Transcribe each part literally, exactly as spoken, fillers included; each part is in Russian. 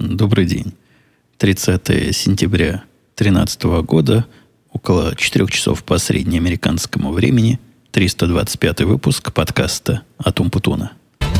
Добрый день. тридцатое сентября две тысячи тринадцатого года, около четырех часов по среднеамериканскому времени, триста двадцать пятый выпуск подкаста «Атум Путуна».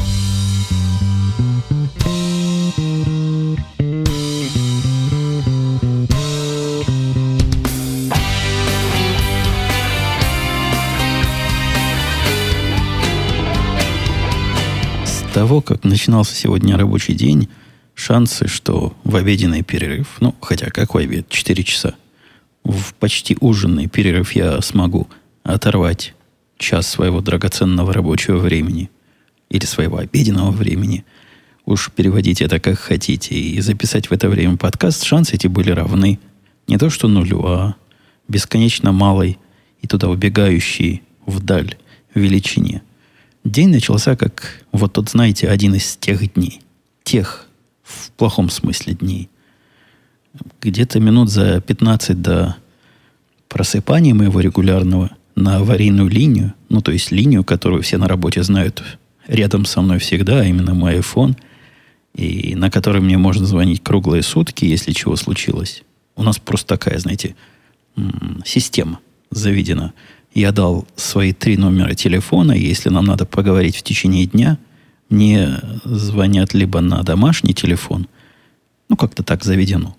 С того, как начинался сегодня рабочий день, шансы, что в обеденный перерыв, ну, хотя какой обед, четыре часа, в почти ужинный перерыв я смогу оторвать час своего драгоценного рабочего времени или своего обеденного времени, уж переводите это как хотите, и записать в это время подкаст, шансы эти были равны не то что нулю, а бесконечно малой и туда убегающей вдаль величине. День начался как, вот тот, знаете, один из тех дней. Тех, в плохом смысле, дней. Где-то минут за пятнадцать до просыпания моего регулярного на аварийную линию, ну, то есть линию, которую все на работе знают рядом со мной всегда, а именно мой iPhone, и на которой мне можно звонить круглые сутки, если чего случилось. У нас просто такая, знаете, система заведена. Я дал свои три номера телефона, и если нам надо поговорить в течение дня, мне звонят либо на домашний телефон, ну, как-то так заведено,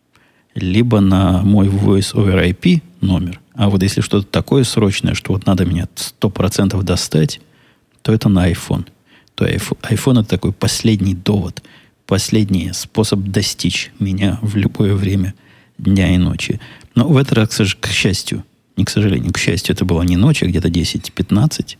либо на мой Voice over ай пи номер. А вот если что-то такое срочное, что вот надо меня сто процентов достать, то это на iPhone. То iPhone – это такой последний довод, последний способ достичь меня в любое время дня и ночи. Но в этот раз, к счастью, не к сожалению, к счастью, это было не ночь, а где-то десять-пятнадцать,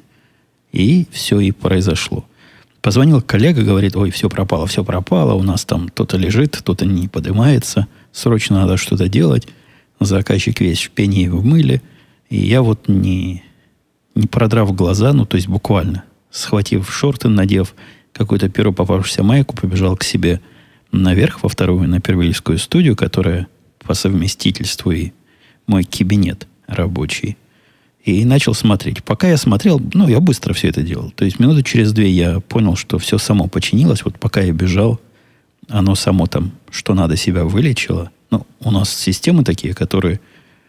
и все и произошло. Позвонил коллега, говорит: ой, все пропало, все пропало, у нас там кто-то лежит, кто-то не поднимается, срочно надо что-то делать. Заказчик весь в пене и в мыле. И я вот не, не продрав глаза, ну, то есть буквально, схватив шорты, надев какую-то первую попавшуюся майку, побежал к себе наверх, во вторую, на первильскую студию, которая по совместительству и мой кабинет рабочий. И начал смотреть. Пока я смотрел, ну, я быстро все это делал. То есть минуты через две я понял, что все само починилось. Вот пока я бежал, оно само там, что надо, себя вылечило. Ну, у нас системы такие, которые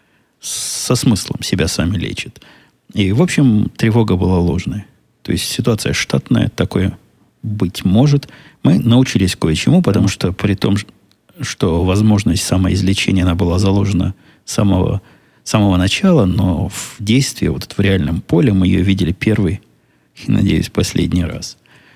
со смыслом себя сами лечат. И, в общем, тревога была ложная. То есть ситуация штатная, такое быть может. Мы научились кое-чему, потому что при том, что возможность самоизлечения, она была заложена с самого с самого начала, но в действии, вот в реальном поле, мы ее видели первый и, надеюсь, последний раз.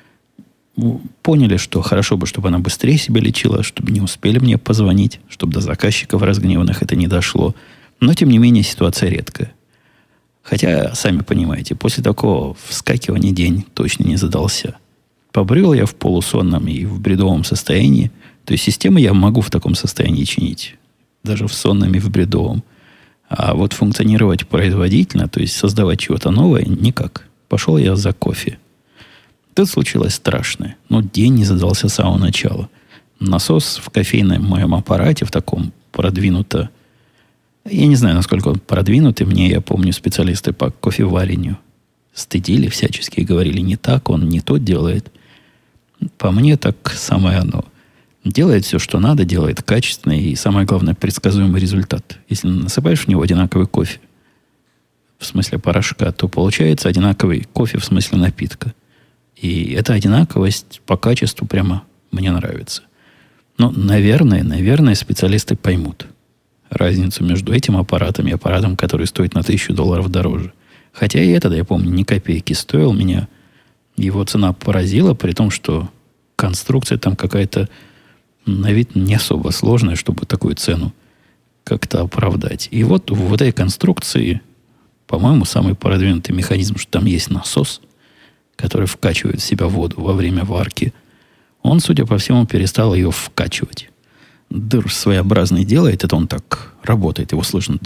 Поняли, что хорошо бы, чтобы она быстрее себя лечила, чтобы не успели мне позвонить, чтобы до заказчиков разгневанных это не дошло. Но, тем не менее, ситуация редкая. Хотя, сами понимаете, после такого вскакивания день точно не задался. Побрел я в полусонном и в бредовом состоянии. То есть систему я могу в таком состоянии чинить. Даже в сонном и в бредовом. А вот функционировать производительно, то есть создавать чего-то новое, никак. Пошел я за кофе. Тут случилось страшное. Но день не задался с самого начала. Насос в кофейном моем аппарате, в таком продвинуто... Я не знаю, насколько он продвинутый. Мне, я помню, специалисты по кофеварению стыдили всячески и говорили: не так, он не то делает. По мне, так самое оно. Делает все, что надо, делает качественно и, самое главное, предсказуемый результат. Если насыпаешь в него одинаковый кофе, в смысле порошка, то получается одинаковый кофе в смысле напитка. И эта одинаковость по качеству прямо мне нравится. Но, наверное, наверное, специалисты поймут разницу между этим аппаратом и аппаратом, который стоит на тысячу долларов дороже. Хотя и этот, я помню, ни копейки стоил. Меня его цена поразила, при том, что конструкция там какая-то на вид не особо сложная, чтобы такую цену как-то оправдать. И вот в этой конструкции, по-моему, самый продвинутый механизм, что там есть насос, который вкачивает в себя воду во время варки. Он, судя по всему, перестал ее вкачивать. Дыр своеобразный делает, это он так работает, его слышно.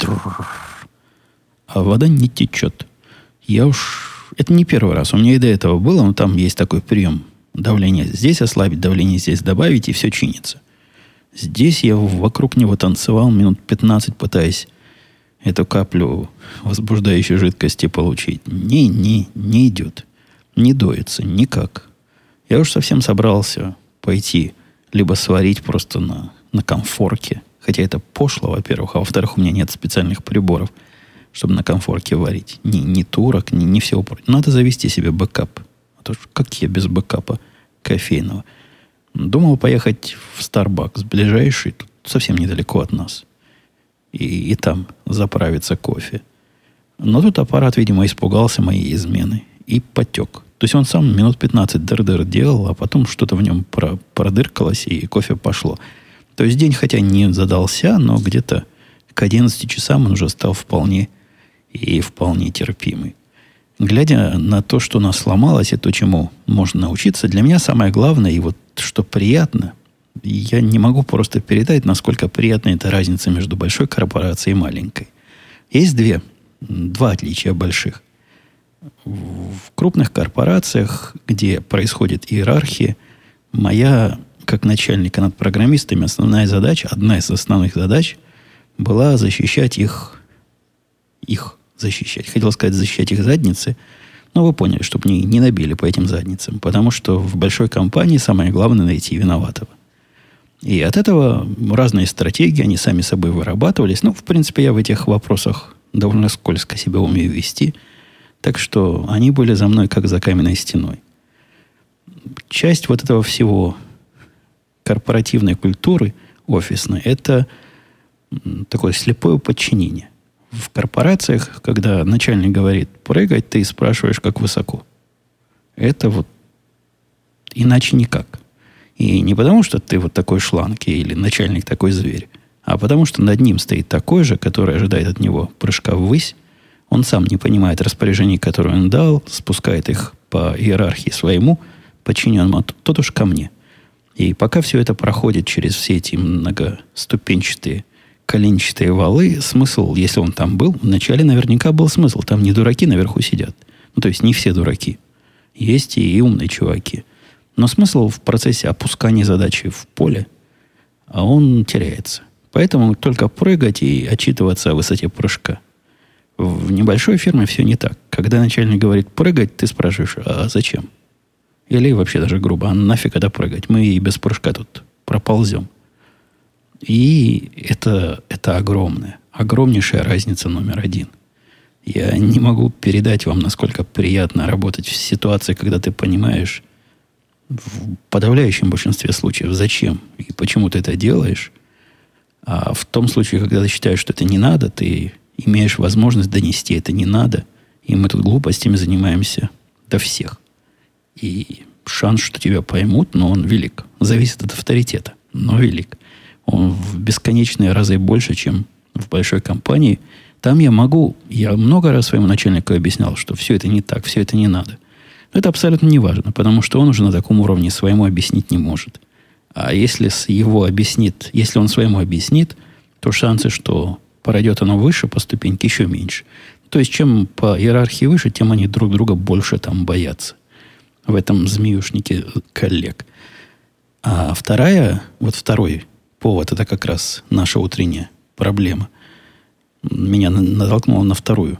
А вода не течет. Я уж... Это не первый раз. У меня и до этого было, но там есть такой прием. Давление здесь ослабить, давление здесь добавить, и все чинится. Здесь я вокруг него танцевал минут пятнадцать, пытаясь эту каплю возбуждающей жидкости получить. Не, не, не идет. Не доится никак. Я уж совсем собрался пойти либо сварить просто на, на комфорке. Хотя это пошло, во-первых, а во-вторых, у меня нет специальных приборов, чтобы на комфорке варить. Ни, ни турок, ни, ни всего прочего. Надо завести себе бэкап. А то как я без бэкапа кофейного? Думал поехать в Starbucks, ближайший, тут совсем недалеко от нас. И, и там заправиться кофе. Но тут аппарат, видимо, испугался моей измены и потек. То есть он сам минут пятнадцать дыр-дыр делал, а потом что-то в нем про, продыркалось, и кофе пошло. То есть день, хотя не задался, но где-то к одиннадцати часам он уже стал вполне и вполне терпимый. Глядя на то, что у нас сломалось, и то, чему можно научиться, для меня самое главное, и вот что приятно, я не могу просто передать, насколько приятна эта разница между большой корпорацией и маленькой. Есть две, два отличия больших. В крупных корпорациях, где происходит иерархия, моя, как начальника над программистами, основная задача, одна из основных задач была защищать их, их защищать. Хотел сказать, защищать их задницы, но вы поняли, чтобы не, не набили по этим задницам, потому что в большой компании самое главное найти виноватого. И от этого разные стратегии, они сами собой вырабатывались. Ну, в принципе, я в этих вопросах довольно скользко себя умею вести. Так что они были за мной, как за каменной стеной. Часть вот этого всего корпоративной культуры офисной – это такое слепое подчинение. В корпорациях, когда начальник говорит прыгать, ты спрашиваешь, как высоко. Это вот иначе никак. И не потому, что ты вот такой шланки или начальник такой зверь, а потому, что над ним стоит такой же, который ожидает от него прыжка ввысь. Он сам не понимает распоряжений, которые он дал, спускает их по иерархии своему подчиненному, а тот уж ко мне. И пока все это проходит через все эти многоступенчатые, коленчатые валы, смысл, если он там был, вначале наверняка был смысл. Там не дураки наверху сидят. Ну, то есть не все дураки. Есть и умные чуваки. Но смысл в процессе опускания задачи в поле, а он теряется. Поэтому только прыгать и отчитываться о высоте прыжка. В небольшой фирме все не так. Когда начальник говорит прыгать, ты спрашиваешь, а зачем? Или вообще даже грубо, а нафиг это прыгать? Мы и без прыжка тут проползем. И это, это огромная, огромнейшая разница номер один. Я не могу передать вам, насколько приятно работать в ситуации, когда ты понимаешь в подавляющем большинстве случаев, зачем и почему ты это делаешь. А в том случае, когда ты считаешь, что это не надо, ты имеешь возможность донести это не надо. И мы тут глупостями занимаемся до всех. И шанс, что тебя поймут, но он велик. Зависит от авторитета, но велик. Он в бесконечные разы больше, чем в большой компании. Там я могу, я много раз своему начальнику объяснял, что все это не так, все это не надо. Но это абсолютно не важно, потому что он уже на таком уровне своему объяснить не может. А если с его объяснит, если он своему объяснит, то шансы, что пройдет оно выше по ступеньке, еще меньше. То есть, чем по иерархии выше, тем они друг друга больше там боятся. В этом змеюшнике коллег. А вторая, вот второй повод, это как раз наша утренняя проблема. Меня натолкнуло на вторую,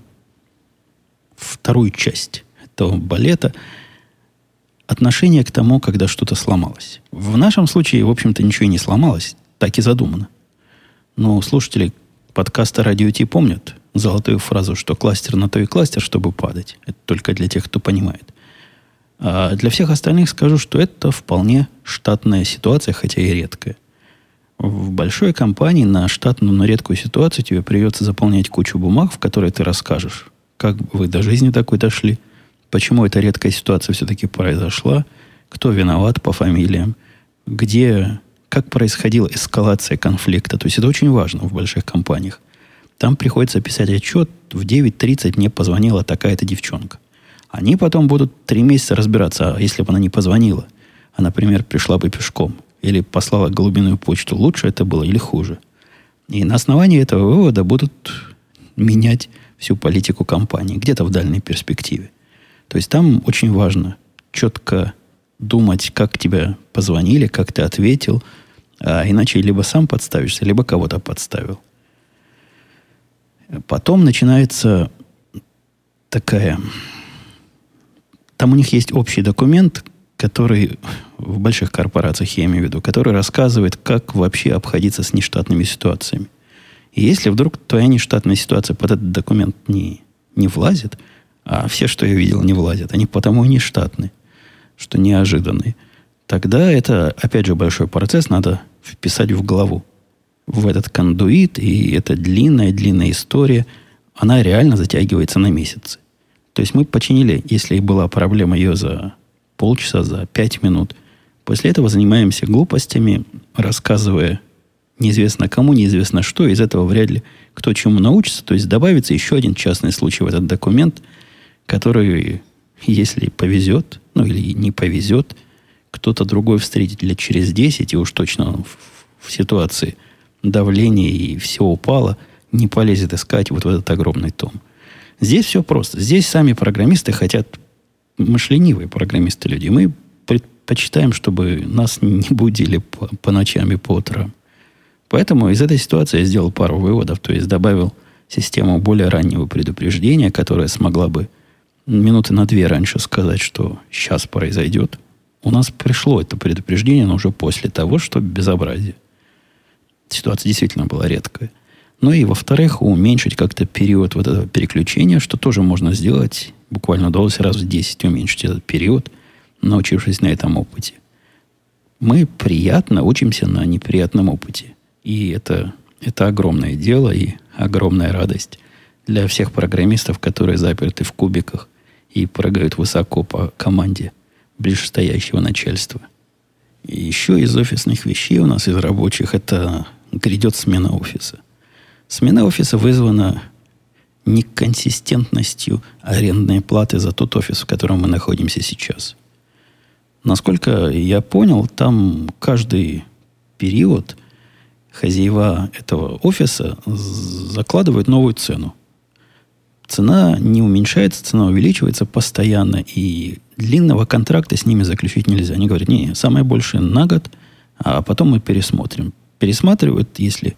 вторую часть этого балета. Отношение к тому, когда что-то сломалось. В нашем случае, в общем-то, ничего и не сломалось. Так и задумано. Но слушатели подкаста «Радио Ти» помнят золотую фразу, что кластер на то и кластер, чтобы падать. Это только для тех, кто понимает. А для всех остальных скажу, что это вполне штатная ситуация, хотя и редкая. В большой компании на штатную, но редкую ситуацию тебе придется заполнять кучу бумаг, в которые ты расскажешь, как вы до жизни такой дошли, почему эта редкая ситуация все-таки произошла, кто виноват по фамилиям, где, как происходила эскалация конфликта. То есть это очень важно в больших компаниях. Там приходится писать отчет. В девять тридцать мне позвонила такая-то девчонка. Они потом будут три месяца разбираться, а если бы она не позвонила, а, например, пришла бы пешком или послала голубиную почту, лучше это было или хуже. И на основании этого вывода будут менять всю политику компании, где-то в дальней перспективе. То есть там очень важно четко думать, как тебе позвонили, как ты ответил, а иначе либо сам подставишься, либо кого-то подставил. Потом начинается такая... Там у них есть общий документ, который в больших корпорациях, я имею в виду, который рассказывает, как вообще обходиться с нештатными ситуациями. И если вдруг твоя нештатная ситуация под этот документ не, не влазит, а все, что я видел, не влазят, они потому и нештатные, что неожиданные, тогда это, опять же, большой процесс, надо вписать в голову, в этот кондуит, и эта длинная-длинная история, она реально затягивается на месяцы. То есть мы починили, если и была проблема, ее за полчаса, за пять минут. После этого занимаемся глупостями, рассказывая неизвестно кому, неизвестно что. Из этого вряд ли кто чему научится. То есть добавится еще один частный случай в этот документ, который, если повезет, ну или не повезет, кто-то другой встретит лет через десять, и уж точно в, в ситуации давления и все упало, не полезет искать вот в этот огромный том. Здесь все просто. Здесь сами программисты хотят, мы ж ленивые программисты люди, мы предпочитаем, чтобы нас не будили по, по ночам и по утрам. Поэтому из этой ситуации я сделал пару выводов, то есть добавил систему более раннего предупреждения, которая смогла бы минуты на две раньше сказать, что сейчас произойдет. У нас пришло это предупреждение, но уже после того, что безобразие. Ситуация действительно была редкая. Ну и, во-вторых, уменьшить как-то период вот этого переключения, что тоже можно сделать. Буквально удалось раз в десять уменьшить этот период, научившись на этом опыте. Мы приятно учимся на неприятном опыте. И это, это огромное дело и огромная радость для всех программистов, которые заперты в кубиках и прыгают высоко по команде ближестоящего начальства. И еще из офисных вещей у нас, из рабочих, это грядет смена офиса. Смена офиса вызвана неконсистентностью арендной платы за тот офис, в котором мы находимся сейчас. Насколько я понял, там каждый период хозяева этого офиса закладывают новую цену. Цена не уменьшается, цена увеличивается постоянно, и длинного контракта с ними заключить нельзя. Они говорят, не, самое большее на год, а потом мы пересмотрим. Пересматривают, если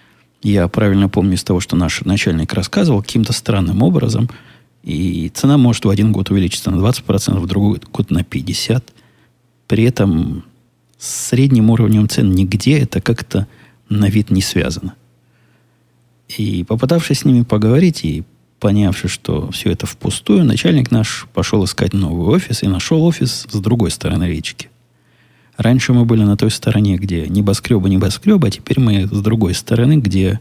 я правильно помню из того, что наш начальник рассказывал, каким-то странным образом, и цена может в один год увеличиться на двадцать процентов, в другой год на пятьдесят процентов. При этом с средним уровнем цен нигде это как-то на вид не связано. И попытавшись с ними поговорить и понявши, что все это впустую, начальник наш пошел искать новый офис и нашел офис с другой стороны речки. Раньше мы были на той стороне, где небоскребы, небоскребы, а теперь мы с другой стороны, где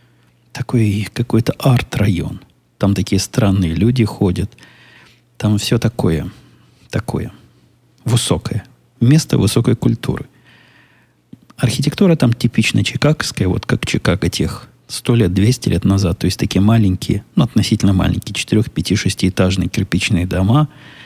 такой какой-то арт-район. Там такие странные люди ходят. Там все такое, такое высокое. Место высокой культуры. Архитектура там типично чикагская, вот как Чикаго тех сто лет, двести лет назад. То есть такие маленькие, ну, относительно маленькие, четыре, пять, шестиэтажные кирпичные дома.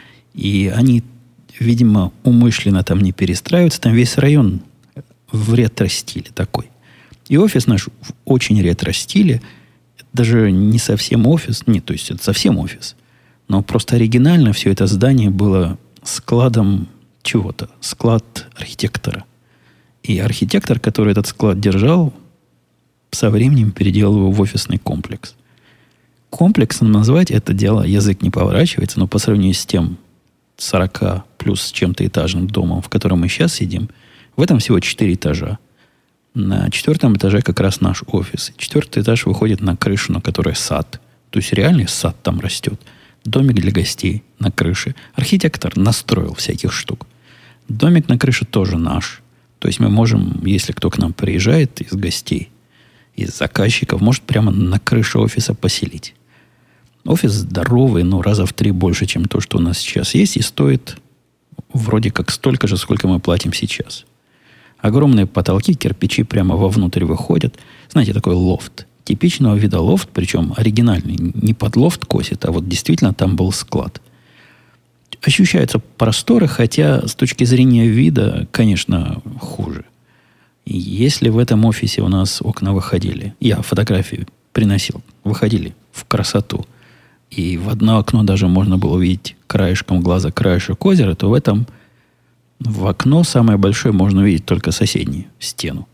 И они, видимо, умышленно там не перестраиваются. Там весь район в ретро-стиле такой. И офис наш в очень ретро-стиле. Даже не совсем офис. Нет, то есть это совсем офис. Но просто оригинально все это здание было складом чего-то. Склад архитектора. И архитектор, который этот склад держал, со временем переделал его в офисный комплекс. Комплексом назвать это дело язык не поворачивается, но по сравнению с тем сорока плюс с чем-то этажным домом, в котором мы сейчас сидим, в этом всего четыре этажа. На четвертом этаже как раз наш офис. Четвертый этаж выходит на крышу, на которой сад. То есть реальный сад там растет. Домик для гостей на крыше. Архитектор настроил всяких штук. Домик на крыше тоже наш. То есть мы можем, если кто к нам приезжает из гостей, из заказчиков, может прямо на крыше офиса поселить. Офис здоровый, но раза в три больше, чем то, что у нас сейчас есть, и стоит вроде как столько же, сколько мы платим сейчас. Огромные потолки, кирпичи прямо вовнутрь выходят. Знаете, такой лофт. Типичного вида лофт, причем оригинальный. Не под лофт косит, а вот действительно там был склад. Ощущаются просторы, хотя с точки зрения вида, конечно, хуже. И если в этом офисе у нас окна выходили, я фотографии приносил, выходили в красоту, и в одно окно даже можно было увидеть краешком глаза краешек озера, то в этом в окно самое большое можно увидеть только соседнюю стену.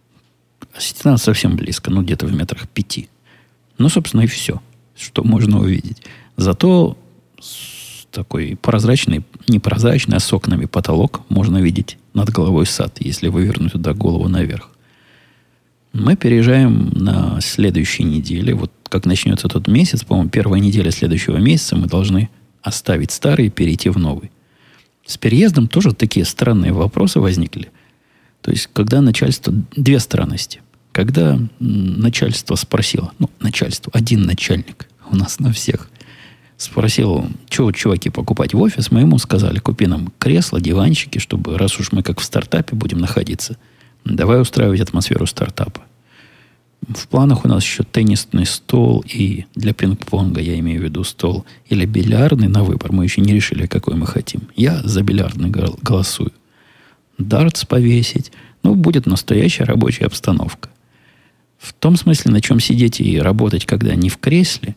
А стена совсем близко, ну где-то в метрах пяти. Ну, собственно, и все, что можно увидеть. Зато такой прозрачный, не прозрачный, а с окнами потолок. Можно видеть над головой сад, если вывернуть туда голову наверх. Мы переезжаем на следующей неделе. Вот как начнется тот месяц, по-моему, первая неделя следующего месяца мы должны оставить старый и перейти в новый. С переездом тоже такие странные вопросы возникли. То есть, когда начальство... Две странности. Когда начальство спросило, ну, начальство, один начальник у нас на всех, спросил, что, чуваки, покупать в офис, мы ему сказали, купи нам кресла, диванчики, чтобы, раз уж мы как в стартапе будем находиться, давай устраивать атмосферу стартапа. В планах у нас еще теннисный стол и для пинг-понга, я имею в виду стол, или бильярдный на выбор. Мы еще не решили, какой мы хотим. Я за бильярдный голосую. Дартс повесить. Ну, будет настоящая рабочая обстановка. В том смысле, на чем сидеть и работать, когда не в кресле,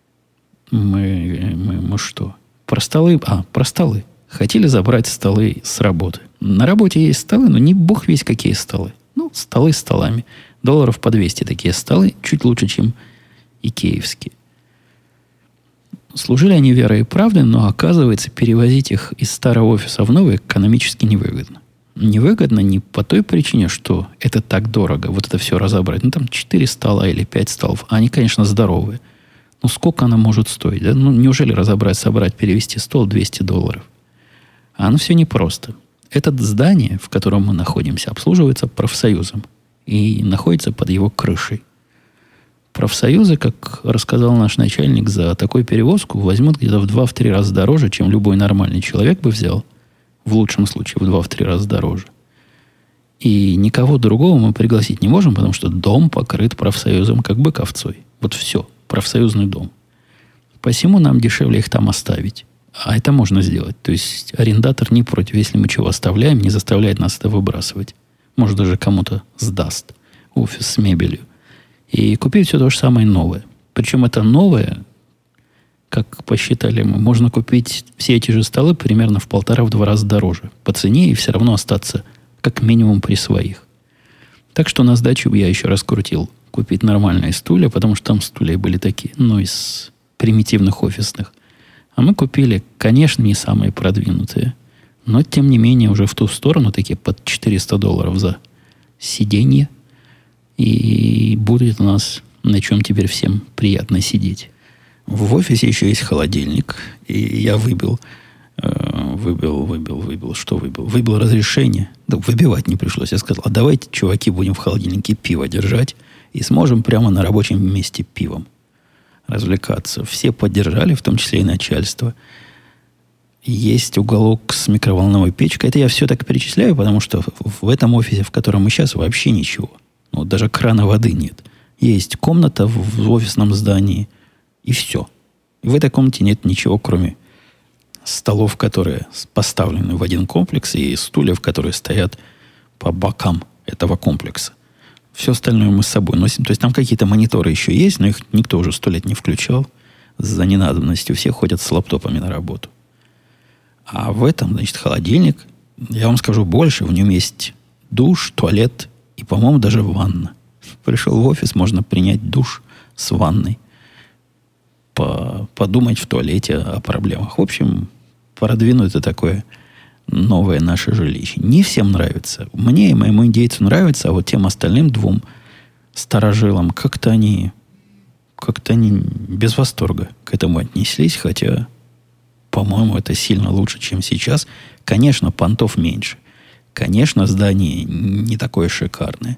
мы, мы, мы что? Про столы? А, про столы. Хотели забрать столы с работы. На работе есть столы, но не бог весь какие столы. Ну, столы с столами. Долларов по двести такие столы, чуть лучше, чем икеевские. Служили они верой и правдой, но, оказывается, перевозить их из старого офиса в новый экономически невыгодно. Невыгодно не по той причине, что это так дорого, вот это все разобрать. Ну, там четыре стола или пять столов. Они, конечно, здоровые. Но сколько она может стоить? Да? Ну, неужели разобрать, собрать, перевести стол двести долларов? А оно все непросто. Это здание, в котором мы находимся, обслуживается профсоюзом и находится под его крышей. Профсоюзы, как рассказал наш начальник, за такую перевозку возьмут где-то в два-три раза дороже, чем любой нормальный человек бы взял. В лучшем случае в два-три раза дороже. И никого другого мы пригласить не можем, потому что дом покрыт профсоюзом как бы ковцой. Вот все. Профсоюзный дом. Посему нам дешевле их там оставить. А это можно сделать. То есть арендатор не против, если мы чего оставляем, не заставляет нас это выбрасывать. Может, даже кому-то сдаст офис с мебелью. И купить все то же самое новое. Причем это новое, как посчитали мы, можно купить все эти же столы примерно в полтора-два раза дороже по цене и все равно остаться как минимум при своих. Так что на сдачу я еще раз крутил купить нормальные стулья, потому что там стулья были такие, ну, из примитивных офисных. А мы купили, конечно, не самые продвинутые, но, тем не менее, уже в ту сторону, такие под четыреста долларов за сиденье. И будет у нас на чем теперь всем приятно сидеть. В офисе еще есть холодильник. И я выбил, э, выбил, выбил, выбил, что выбил? Выбил разрешение. Да, выбивать не пришлось. Я сказал, а давайте, чуваки, будем в холодильнике пиво держать и сможем прямо на рабочем месте пивом развлекаться. Все поддержали, в том числе и начальство. Есть уголок с микроволновой печкой. Это я все так перечисляю, потому что в этом офисе, в котором мы сейчас, вообще ничего. Ну, даже крана воды нет. Есть комната в офисном здании, и все. И в этой комнате нет ничего, кроме столов, которые поставлены в один комплекс, и стульев, которые стоят по бокам этого комплекса. Все остальное мы с собой носим. То есть там какие-то мониторы еще есть, но их никто уже сто лет не включал. За ненадобностью все ходят с лаптопами на работу. А в этом, значит, холодильник. Я вам скажу больше. В нем есть душ, туалет и, по-моему, даже ванна. Пришел в офис, можно принять душ с ванной. По- подумать в туалете о проблемах. В общем, продвинутое такое новое наше жилище. Не всем нравится. Мне и моему индейцу нравится, а вот тем остальным двум старожилам как-то они, как-то они без восторга к этому отнеслись, хотя, по-моему, это сильно лучше, чем сейчас. Конечно, понтов меньше. Конечно, здание не такое шикарное.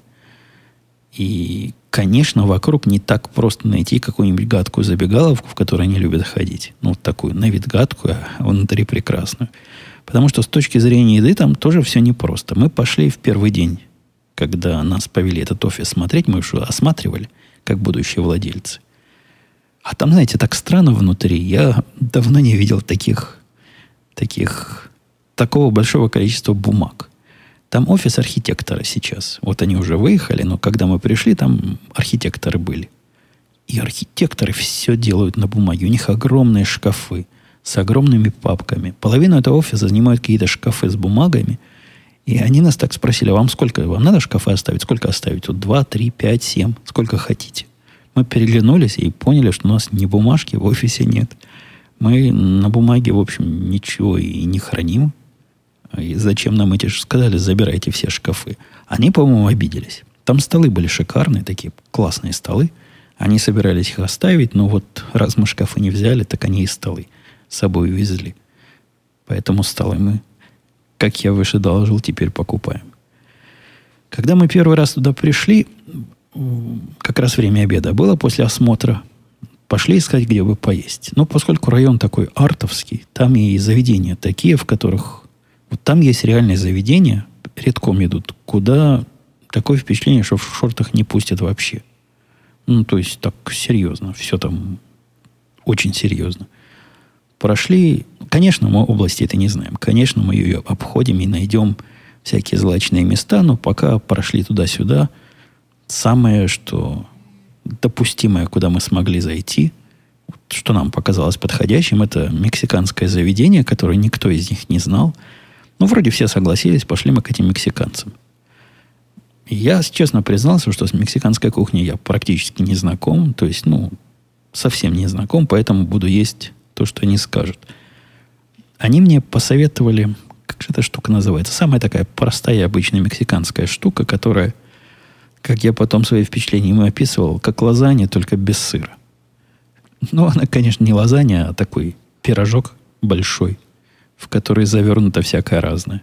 И, конечно, вокруг не так просто найти какую-нибудь гадкую забегаловку, в которой они любят ходить. Ну, вот такую, на вид гадкую, а внутри прекрасную. Потому что с точки зрения еды там тоже все непросто. Мы пошли в первый день, когда нас повели этот офис смотреть, мы уже осматривали, как будущие владельцы. А там, знаете, так странно внутри. Я давно не видел таких, таких, такого большого количества бумаг. Там офис архитектора сейчас. Вот они уже выехали, но когда мы пришли, там архитекторы были. И архитекторы все делают на бумаге. У них огромные шкафы с огромными папками. Половину этого офиса занимают какие-то шкафы с бумагами. И они нас так спросили, а вам сколько? Вам надо шкафы оставить? Сколько оставить? Тут два, три, пять, семь. Сколько хотите. Мы переглянулись и поняли, что у нас ни бумажки в офисе нет. Мы на бумаге, в общем, ничего и не храним. И зачем нам эти же сказали, забирайте все шкафы. Они, по-моему, обиделись. Там столы были шикарные, такие классные столы. Они собирались их оставить, но вот раз мы шкафы не взяли, так они и столы с собой увезли. Поэтому столы мы, как я выше доложил, теперь покупаем. Когда мы первый раз туда пришли, как раз время обеда было после осмотра, пошли искать, где бы поесть. Но поскольку район такой артовский, там и заведения такие, в которых... Вот там есть реальные заведения, редком идут, куда такое впечатление, что в шортах не пустят вообще. Ну, то есть так серьезно. Все там очень серьезно. Прошли... Конечно, мы области это не знаем. Конечно, мы ее обходим и найдем всякие злачные места, но пока прошли туда-сюда, самое, что допустимое, куда мы смогли зайти, что нам показалось подходящим, это мексиканское заведение, которое никто из них не знал. Ну, вроде все согласились, пошли мы к этим мексиканцам. Я честно признался, что с мексиканской кухней я практически не знаком, то есть, ну, совсем не знаком, поэтому буду есть то, что они скажут. Они мне посоветовали, как же эта штука называется, самая такая простая, обычная мексиканская штука, которая, как я потом свои впечатления ему описывал, как лазанья, только без сыра. Ну, она, конечно, не лазанья, а такой пирожок большой, в который завернуто всякое разное.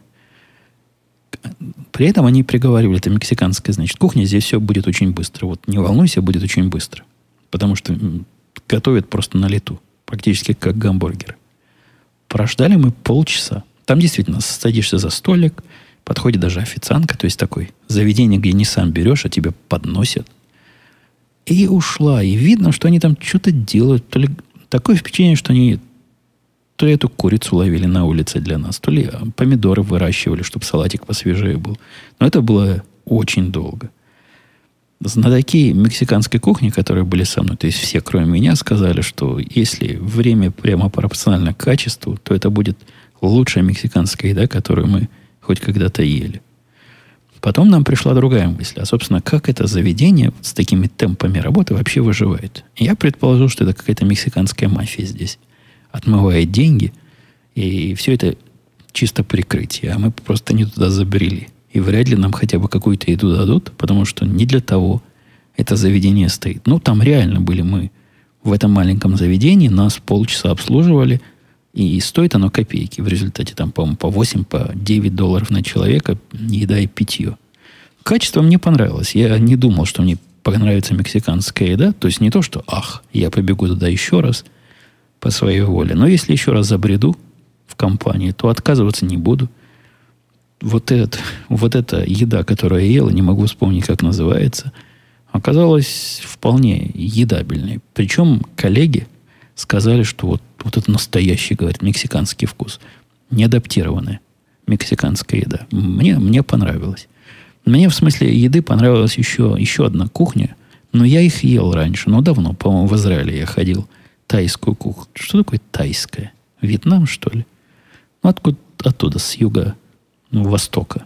При этом они приговаривали, это мексиканская, значит, кухня, здесь все будет очень быстро. Вот не волнуйся, будет очень быстро. Потому что готовят просто на лету. Практически как гамбургеры. Прождали мы полчаса. Там действительно садишься за столик, подходит даже официантка, то есть такое заведение, где не сам берешь, а тебе подносят. И ушла. И видно, что они там что-то делают. То ли такое впечатление, что они то ли эту курицу ловили на улице для нас, то ли помидоры выращивали, чтобы салатик посвежее был. Но это было очень долго. Знатоки мексиканской кухни, которые были со мной, то есть все, кроме меня, сказали, что если время прямо пропорционально качеству, то это будет лучшая мексиканская еда, которую мы хоть когда-то ели. Потом нам пришла другая мысль. А, собственно, как это заведение с такими темпами работы вообще выживает? Я предположил, что это какая-то мексиканская мафия здесь. Отмывает деньги, и все это чисто прикрытие. А мы просто не туда забрели. И вряд ли нам хотя бы какую-то еду дадут, потому что не для того это заведение стоит. Ну, там реально были мы в этом маленьком заведении, нас полчаса обслуживали, и стоит оно копейки. В результате там, по-моему, по восемь, по девять долларов на человека еда и питье. Качество мне понравилось. Я не думал, что мне понравится мексиканская еда. То есть не то, что, ах, я побегу туда еще раз по своей воле. Но если еще раз забреду в компании, то отказываться не буду. Вот, это, вот эта еда, которую я ел, не могу вспомнить, как называется, оказалась вполне едабельной. Причем коллеги сказали, что вот, вот это настоящий, говорит, мексиканский вкус. Неадаптированная мексиканская еда. Мне, мне понравилось. Мне в смысле еды понравилась еще, еще одна кухня, но я их ел раньше, но давно, по-моему, в Израиле я ходил. Тайскую кухню. Что такое тайская? Вьетнам, что ли? Ну, откуда, оттуда, с юга, ну, востока.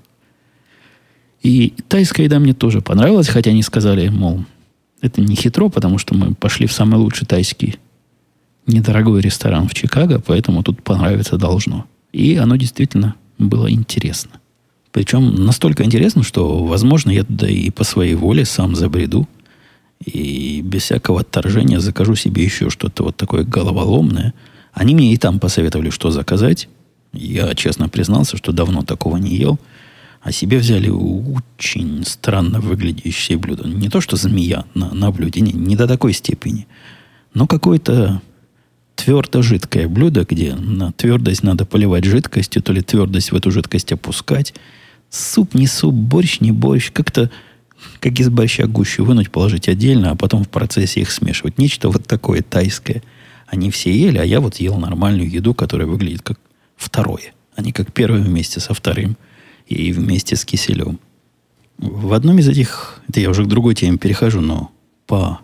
И тайская еда мне тоже понравилась, хотя они сказали, мол, это не хитро, потому что мы пошли в самый лучший тайский недорогой ресторан в Чикаго, поэтому тут понравиться должно. И оно действительно было интересно. Причем настолько интересно, что, возможно, я туда и по своей воле сам забреду, и без всякого отторжения закажу себе еще что-то вот такое головоломное. Они мне и там посоветовали, что заказать. Я честно признался, что давно такого не ел. А себе взяли очень странно выглядящее блюдо. Не то, что змея на, на блюде, не, не до такой степени. Но какое-то твердо-жидкое блюдо, где на твердость надо поливать жидкостью, то ли твердость в эту жидкость опускать. Суп не суп, борщ не борщ. Как-то как из борща гущу вынуть, положить отдельно, а потом в процессе их смешивать. Нечто вот такое тайское. Они все ели, а я вот ел нормальную еду, которая выглядит как второе, а не как первое вместе со вторым и вместе с киселем. В одном из этих, это я уже к другой теме перехожу, но по,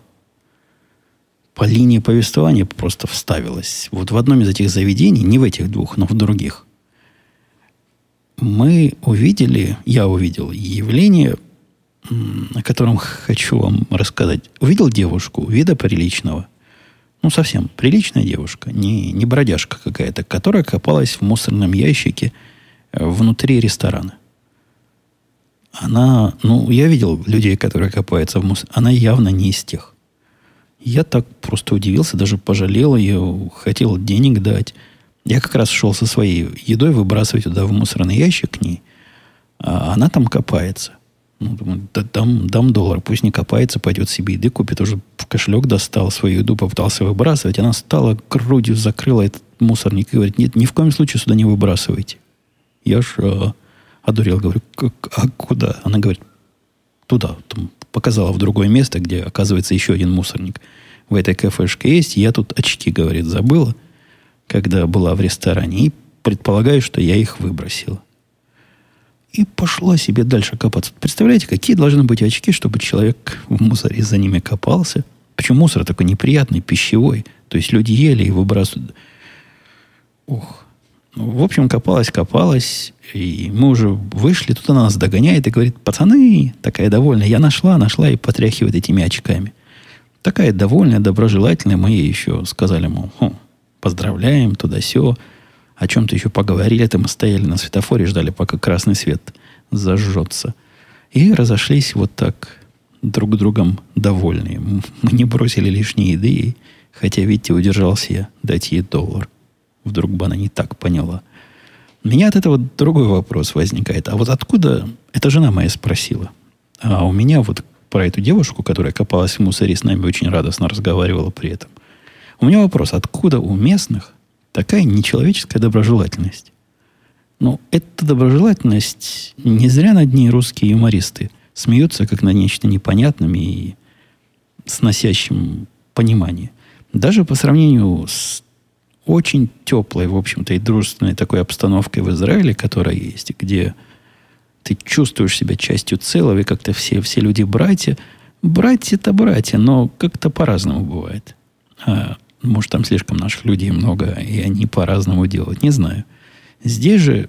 по линии повествования просто вставилось. Вот в одном из этих заведений, не в этих двух, но в других, мы увидели, я увидел явление, о котором хочу вам рассказать. Увидел девушку, вида приличного. ну, совсем приличная девушка, не, не бродяжка какая-то, которая копалась в мусорном ящике внутри ресторана. Она, ну, я видел людей, которые копаются в мусор. Она явно не из тех. Я так просто удивился, даже пожалел ее, хотел денег дать. Я как раз шел со своей едой выбрасывать туда в мусорный ящик к ней, а она там копается. Ну, думаю, да, дам, дам доллар, пусть не копается, пойдет себе еды купит. Уже в кошелек достал, свою еду попытался выбрасывать. Она стала грудью, закрыла этот мусорник и говорит, нет, ни в коем случае сюда не выбрасывайте. Я ж а, одурел, говорю, а куда? Она говорит, туда. Там, показала в другое место, где, оказывается, еще один мусорник в этой кафешке есть. Я тут очки, говорит, забыла, когда была в ресторане. И предполагаю, что я их выбросила. И пошла себе дальше копаться. Представляете, какие должны быть очки, чтобы человек в мусоре за ними копался? Причем мусор такой неприятный, пищевой. То есть люди ели и выбрасывают. Ох. В общем, копалась, копалась. И мы уже вышли. Тут она нас догоняет и говорит, пацаны, такая довольная. Я нашла, нашла и потряхивает этими очками. Такая довольная, доброжелательная. Мы ей еще сказали, мол, хм, поздравляем, туда-сё. О чем-то еще поговорили. Это мы стояли на светофоре, ждали, пока красный свет зажжется. И разошлись вот так, друг другом довольные. Мы не бросили лишней еды. Хотя, видите, удержался я дать ей доллар. Вдруг бы она не так поняла. У меня от этого другой вопрос возникает. А вот откуда... Это жена моя спросила. А у меня вот про эту девушку, которая копалась в мусоре, с нами очень радостно разговаривала при этом. У меня вопрос. Откуда у местных такая нечеловеческая доброжелательность? Ну, эта доброжелательность... Не зря над ней русские юмористы смеются, как над нечто непонятным и сносящим понимание. Даже по сравнению с очень теплой, в общем-то, и дружественной такой обстановкой в Израиле, которая есть, где ты чувствуешь себя частью целого, и как-то все, все люди братья. Братья-то братья, но как-то по-разному бывает. А, может, там слишком наших людей много, и они по-разному делают. Не знаю. Здесь же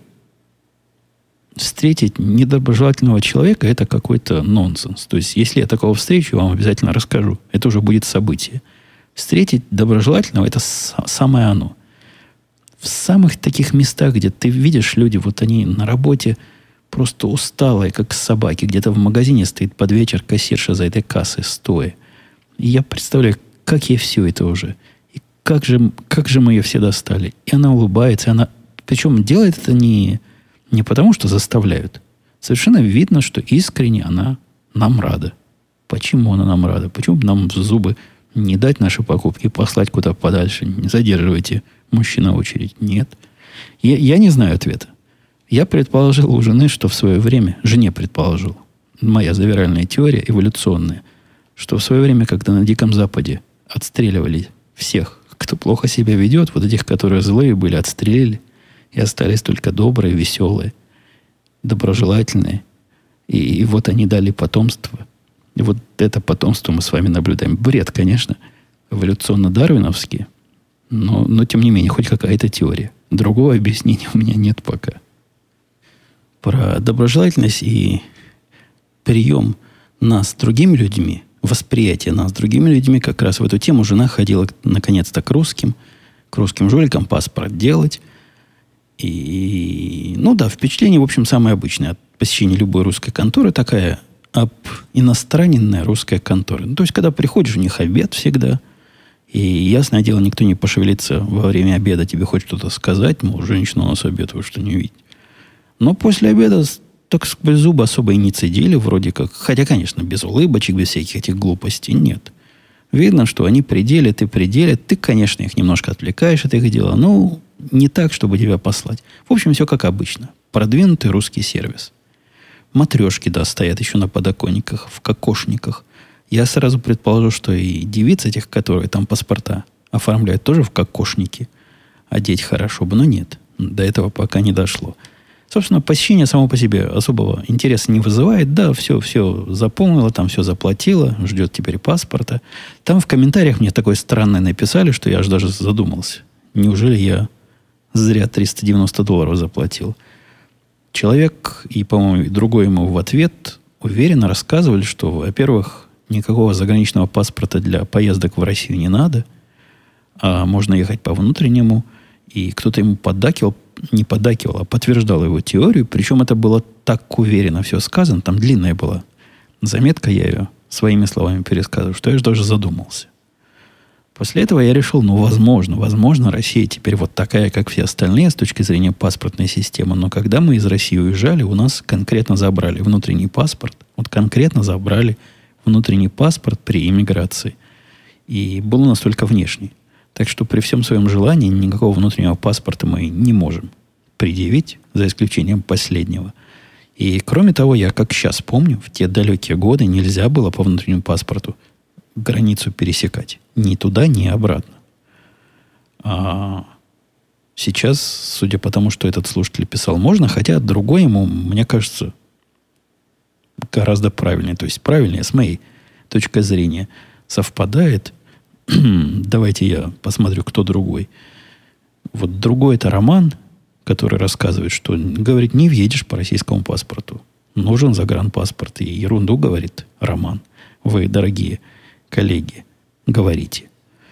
встретить недоброжелательного человека – это какой-то нонсенс. То есть, если я такого встречу, я вам обязательно расскажу. Это уже будет событие. Встретить доброжелательного – это самое оно. В самых таких местах, где ты видишь, люди, вот они на работе просто усталые, как собаки. Где-то в магазине стоит под вечер кассирша за этой кассой стоя. И я представляю, как ей все это уже. И как же, как же мы ее все достали. И она улыбается. И она, причем делает это не, не потому, что заставляют. Совершенно видно, что искренне она нам рада. Почему она нам рада? Почему нам в зубы не дать наши покупки, послать куда подальше? Не задерживайте мужчина очередь. Нет. Я, я не знаю ответа. Я предположил у жены, что в свое время, жене предположил, моя завиральная теория эволюционная, что в свое время, когда на Диком Западе отстреливали всех, кто плохо себя ведет, вот этих, которые злые были, отстрелили, и остались только добрые, веселые, доброжелательные. И, и вот они дали потомство. И вот это потомство мы с вами наблюдаем. Бред, конечно, эволюционно-дарвиновский, но, но тем не менее, хоть какая-то теория. Другого объяснения у меня нет пока. Про доброжелательность и прием нас с другими людьми, восприятие нас с другими людьми, как раз в эту тему жена ходила наконец-то к русским, к русским жуликам паспорт делать. И, ну да, впечатление, в общем, самое обычное от посещения любой русской конторы, такая об иностраненная русская контора. Ну, то есть, когда приходишь, у них обед всегда. И, ясное дело, никто не пошевелится во время обеда тебе хоть что-то сказать. Мол, женщина у нас обед, вы что, не видите? Но после обеда так сквозь зубы особо и не цедили, вроде как. Хотя, конечно, без улыбочек, без всяких этих глупостей. Нет. Видно, что они пределе, ты пределе. Ты, конечно, их немножко отвлекаешь от их дела. Но не так, чтобы тебя послать. В общем, все как обычно. Продвинутый русский сервис. Матрешки, да, стоят еще на подоконниках, в кокошниках. Я сразу предположу, что и девиц этих, которые там паспорта оформляют, тоже в кокошники. Одеть хорошо бы, но нет. До этого пока не дошло. Собственно, посещение само по себе особого интереса не вызывает. Да, все, все заполнила, там все заплатила, ждет теперь паспорта. Там в комментариях мне такое странное написали, что я аж даже задумался. Неужели я зря триста девяносто долларов заплатил? Человек и, по-моему, другой ему в ответ уверенно рассказывали, что, во-первых, никакого заграничного паспорта для поездок в Россию не надо. а можно ехать по внутреннему. И кто-то ему поддакивал, не поддакивал, а подтверждал его теорию. Причем это было так уверенно все сказано. Там длинная была заметка, я ее своими словами пересказываю, что я же даже задумался. После этого я решил, ну, возможно, возможно, Россия теперь вот такая, как все остальные с точки зрения паспортной системы. Но когда мы из России уезжали, у нас конкретно забрали внутренний паспорт. Вот конкретно забрали внутренний паспорт при иммиграции. И был у нас только внешний. Так что при всем своем желании никакого внутреннего паспорта мы не можем предъявить, за исключением последнего. И кроме того, я как сейчас помню, в те далекие годы нельзя было по внутреннему паспорту границу пересекать. Ни туда, ни обратно. А сейчас, судя по тому, что этот слушатель писал, можно, хотя другой ему, мне кажется, гораздо правильнее. То есть правильнее с моей точки зрения совпадает. Давайте я посмотрю, кто другой. Вот другой это Роман, который рассказывает, что, говорит, не въедешь по российскому паспорту. Нужен загранпаспорт. И ерунду говорит Роман. Вы, дорогие коллеги, говорите.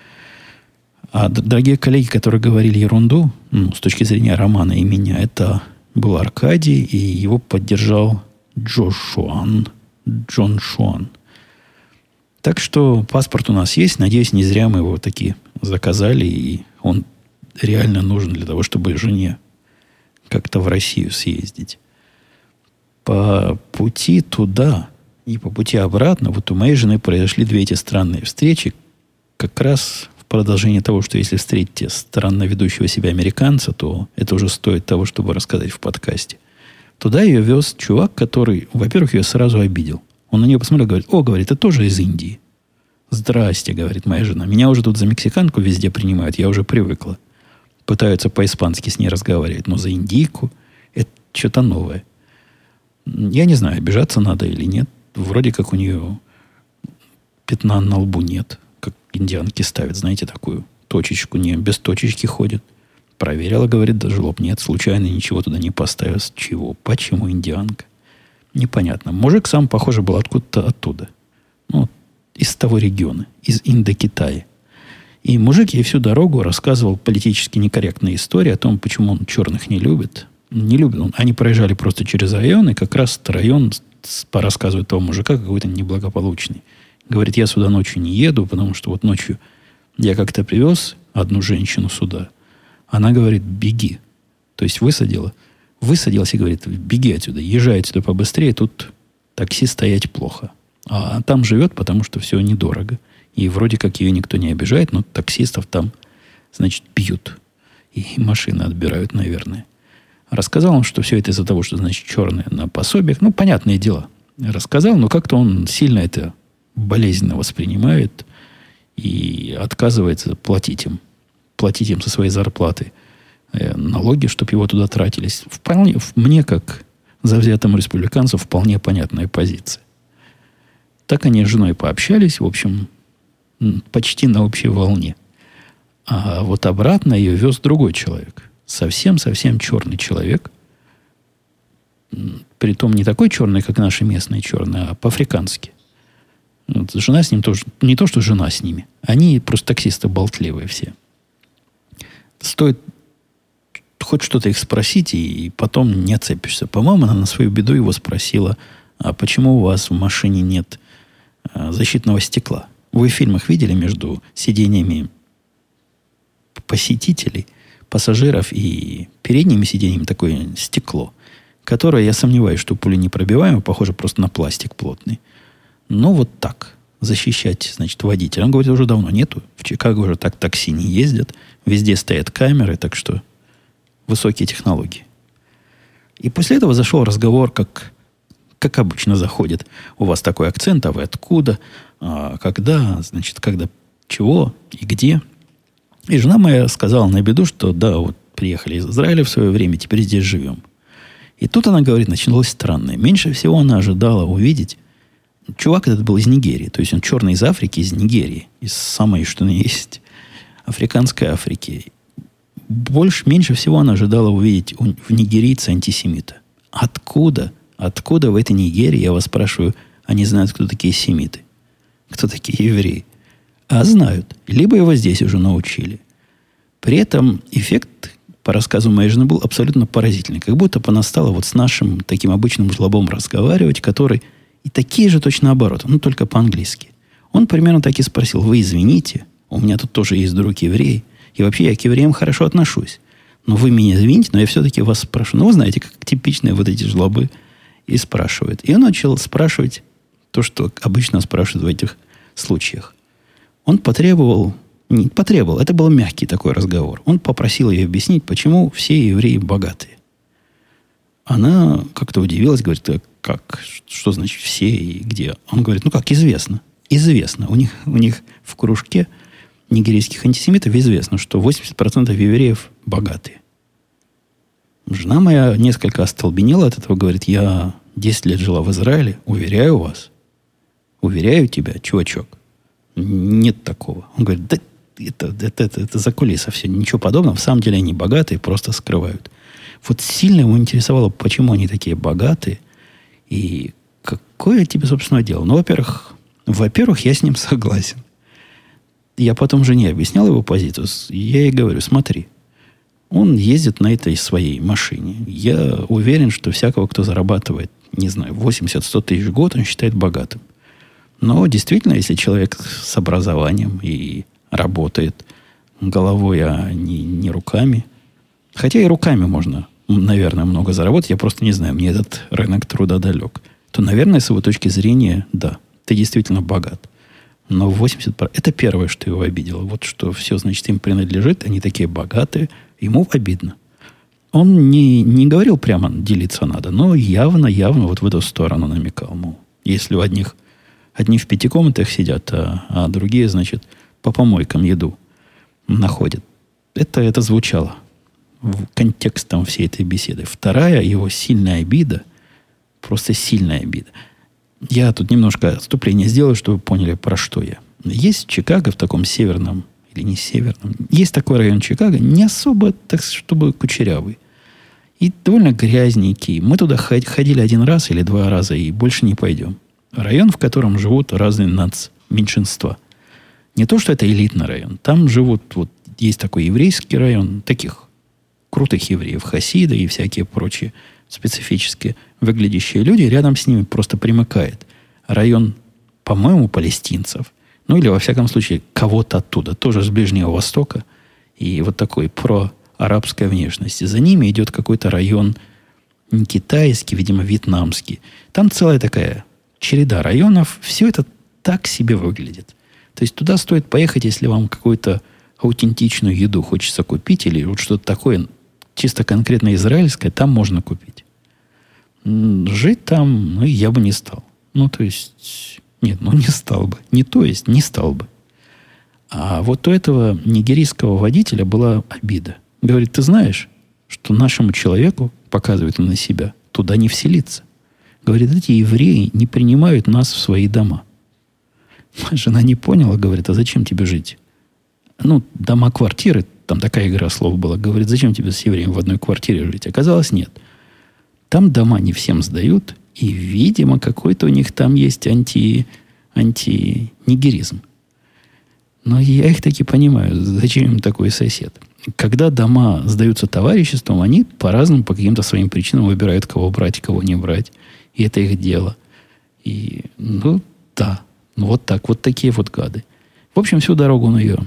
А дорогие коллеги, которые говорили ерунду, ну, с точки зрения Романа и меня, это был Аркадий, и его поддержал Джо Шуан. Джон Шуан. Так что паспорт у нас есть. Надеюсь, не зря мы его таки заказали, и он реально нужен для того, чтобы жене как-то в Россию съездить. По пути туда и по пути обратно, вот у моей жены произошли две эти странные встречи, как раз в продолжение того, что если встретите странно ведущего себя американца, то это уже стоит того, чтобы рассказать в подкасте. Туда ее вез чувак, который, во-первых, ее сразу обидел. Он на нее посмотрел и говорит: о, говорит, ты тоже из Индии. Здрасте, говорит моя жена. Меня уже тут за мексиканку везде принимают, я уже привыкла. Пытаются по-испански с ней разговаривать, но за индийку это что-то новое. Я не знаю, обижаться надо или нет. Вроде как у нее пятна на лбу нет, как индианки ставят, знаете, такую точечку. Не, без точечки ходит. Проверила, говорит, даже лоб нет. Случайно ничего туда не поставил. С чего? Почему индианка? Непонятно. Мужик сам, похоже, был откуда-то оттуда. Ну, из того региона. Из Индокитая. И мужик ей всю дорогу рассказывал политически некорректные истории о том, почему он черных не любит. Не любит он. Они проезжали просто через район, и как раз район, по рассказу этого мужика, какой-то неблагополучный. Говорит, я сюда ночью не еду, потому что вот ночью я как-то привез одну женщину сюда. Она говорит, беги. То есть высадила. Высадился и говорит, беги отсюда, езжай отсюда побыстрее, тут такси стоять плохо. А там живет, потому что все недорого. И вроде как ее никто не обижает, но таксистов там, значит, бьют. И машины отбирают, наверное. Рассказал он, что все это из-за того, что, значит, черные на пособиях. Ну, понятные дела. Рассказал, но как-то он сильно это болезненно воспринимает и отказывается платить им. Платить им со своей зарплаты э, налоги, чтобы его туда тратились. Вполне, мне, как завзятому республиканцу, вполне понятная позиция. Так они с женой пообщались, в общем, почти на общей волне. А вот обратно ее вез другой человек. Совсем-совсем черный человек. Притом не такой черный, как наши местные черные, а по-африкански. Вот жена с ним тоже... Не то, что жена с ними. Они просто таксисты болтливые все. Стоит хоть что-то их спросить, и потом не отцепишься. По-моему, она на свою беду его спросила, а почему у вас в машине нет а, защитного стекла? Вы в фильмах видели между сиденьями посетителей, пассажиров и передними сиденьями такое стекло, которое, я сомневаюсь, что пуленепробиваемое, похоже просто на пластик плотный. Но вот так защищать, значит, водителя. Он говорит, уже давно нету. В Чикаго уже так такси не ездят. Везде стоят камеры, так что высокие технологии. И после этого зашел разговор, как, как обычно заходит. У вас такой акцент, а вы откуда? А когда? Значит, когда? Чего? И где? И жена моя сказала на беду, что да, вот приехали из Израиля в свое время, теперь здесь живем. И тут она говорит, началось странное. Меньше всего она ожидала увидеть. Чувак этот был из Нигерии. То есть он черный из Африки, из Нигерии. Из самой, что есть, африканской Африки. Больше, меньше всего она ожидала увидеть в нигерийце антисемита. Откуда? Откуда в этой Нигерии, я вас спрашиваю, они знают, кто такие семиты? Кто такие евреи? А знают. Либо его здесь уже научили. При этом эффект, по рассказу моей жены, был абсолютно поразительный. Как будто бы она стала вот с нашим таким обычным жлобом разговаривать, который и такие же точно обороты, но только по-английски. Он примерно так и спросил: вы извините, у меня тут тоже есть друг еврей, и вообще я к евреям хорошо отношусь. Но вы меня извините, но я все-таки вас спрошу. Ну, вы знаете, как типичные вот эти жлобы и спрашивают. И он начал спрашивать то, что обычно спрашивают в этих случаях. Он потребовал, не потребовал, это был мягкий такой разговор. Он попросил ее объяснить, почему все евреи богатые. Она как-то удивилась, говорит: а как, что значит все и где? Он говорит: ну как, известно. Известно. У них, у них в кружке нигерийских антисемитов известно, что восемьдесят процентов евреев богатые. Жена моя несколько остолбенела от этого, говорит: я десять лет жила в Израиле, уверяю вас, уверяю тебя, чувачок, нет такого. Он говорит: да это, это, это, это за кулиса все, ничего подобного, в самом деле они богатые, просто скрывают. Вот сильно его интересовало, почему они такие богатые, и какое тебе, собственно, дело. Ну, во-первых, во-первых, я с ним согласен. Я потом жене объяснял его позицию. Я ей говорю: смотри, он ездит на этой своей машине. Я уверен, что всякого, кто зарабатывает, не знаю, восемьдесят-сто тысяч в год, он считает богатым. Но действительно, если человек с образованием и работает головой, а не, не руками, хотя и руками можно, наверное, много заработать, я просто не знаю, мне этот рынок труда далек, то, наверное, с его точки зрения, да, ты действительно богат. Но восемьдесят процентов это первое, что его обидело. Вот что все, значит, им принадлежит, они такие богатые, ему обидно. Он не, не говорил прямо делиться надо, но явно, явно вот в эту сторону намекал. Мол, если у одних одни в пяти комнатах сидят, а, а другие, значит, по помойкам еду находят. Это, это звучало в контекстом всей этой беседы. Вторая его сильная обида, просто сильная обида. Я тут немножко отступление сделаю, чтобы вы поняли, про что я. Есть в Чикаго, в таком северном, или не северном, есть такой район Чикаго, не особо, так чтобы кучерявый. И довольно грязненький. Мы туда ходили один раз или два раза, и больше не пойдем. Район, в котором живут разные нацменьшинства. Не то, что это элитный район. Там живут, вот есть такой еврейский район, таких крутых евреев, хасиды и всякие прочие специфически выглядящие люди. Рядом с ними просто примыкает район, по-моему, палестинцев. Ну, или, во всяком случае, кого-то оттуда. Тоже с Ближнего Востока. И вот такой проарабской внешности. За ними идет какой-то район не китайский, видимо, вьетнамский. Там целая такая череда районов. Все это так себе выглядит. То есть туда стоит поехать, если вам какую-то аутентичную еду хочется купить, или вот что-то такое чисто конкретно израильское, там можно купить. Жить там, ну, я бы не стал. Ну, то есть, нет, ну, не стал бы. Не то есть, не стал бы. А вот у этого нигерийского водителя была обида. Говорит: ты знаешь, что нашему человеку, показывает он на себя, туда не вселиться. Говорит: эти евреи не принимают нас в свои дома. Жена не поняла, говорит: а зачем тебе жить? Ну, дома, квартиры, там такая игра слов была. Говорит: зачем тебе с евреем в одной квартире жить? Оказалось, нет. Там дома не всем сдают, и, видимо, какой-то у них там есть анти, анти-нигеризм. Но я их таки понимаю, зачем им такой сосед. Когда дома сдаются товариществом, они по-разному, по каким-то своим причинам выбирают, кого брать, кого не брать. И это их дело. И, ну, да. Ну, вот так. Вот такие вот гады. В общем, всю дорогу он ее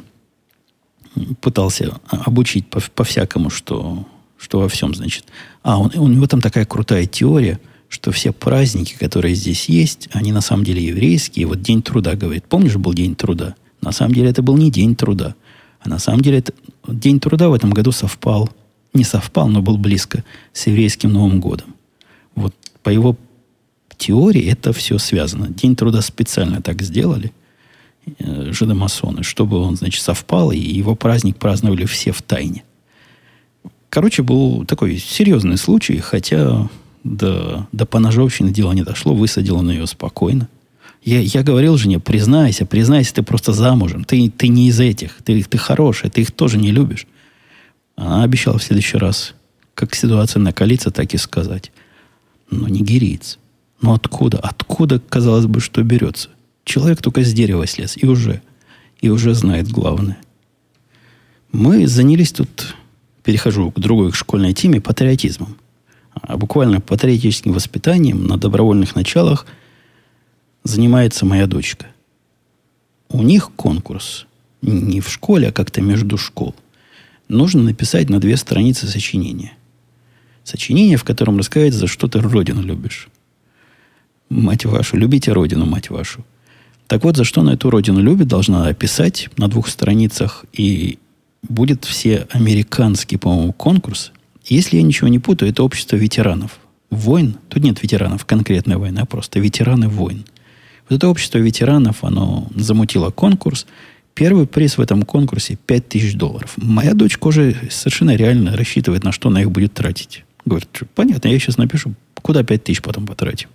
пытался обучить по- по-всякому, что, что во всем, значит. А он, у него там такая крутая теория, что все праздники, которые здесь есть, они на самом деле еврейские. Вот День труда, говорит. Помнишь, был День труда? На самом деле это был не День труда. А на самом деле это, День труда в этом году совпал. Не совпал, но был близко с еврейским Новым годом. Вот по его теории это все связано. День труда специально так сделали, э, жидомасоны, чтобы он, значит, совпал, и его праздник праздновали все в тайне. Короче, был такой серьезный случай, хотя до, до поножовщины дело не дошло, высадил он ее спокойно. Я, я говорил жене: признайся, признайся, ты просто замужем, ты, ты не из этих, ты, ты хорошая, ты их тоже не любишь. Она обещала в следующий раз, как ситуация накалится, так и сказать. Но нигериец. Но откуда? Откуда, казалось бы, что берется? Человек только с дерева слез, и уже. и уже знает главное. Мы занялись тут, перехожу к другой к школьной теме, патриотизмом. А буквально патриотическим воспитанием на добровольных началах занимается моя дочка. У них конкурс не в школе, а как-то между школ. Нужно написать на две страницы сочинения. Сочинение, в котором рассказывается, за что ты родину любишь. Мать вашу, любите родину, мать вашу. Так вот, за что она эту родину любит, должна описать на двух страницах. И будет все американский, по-моему, конкурс. Если я ничего не путаю, это общество ветеранов войн. Тут нет ветеранов конкретной войны, а просто ветераны войн. Вот это общество ветеранов, оно замутило конкурс. Первый приз в этом конкурсе пять тысяч долларов. Моя дочка уже совершенно реально рассчитывает, на что она их будет тратить. Говорит, понятно, я сейчас напишу, куда пять тысяч потом потратим.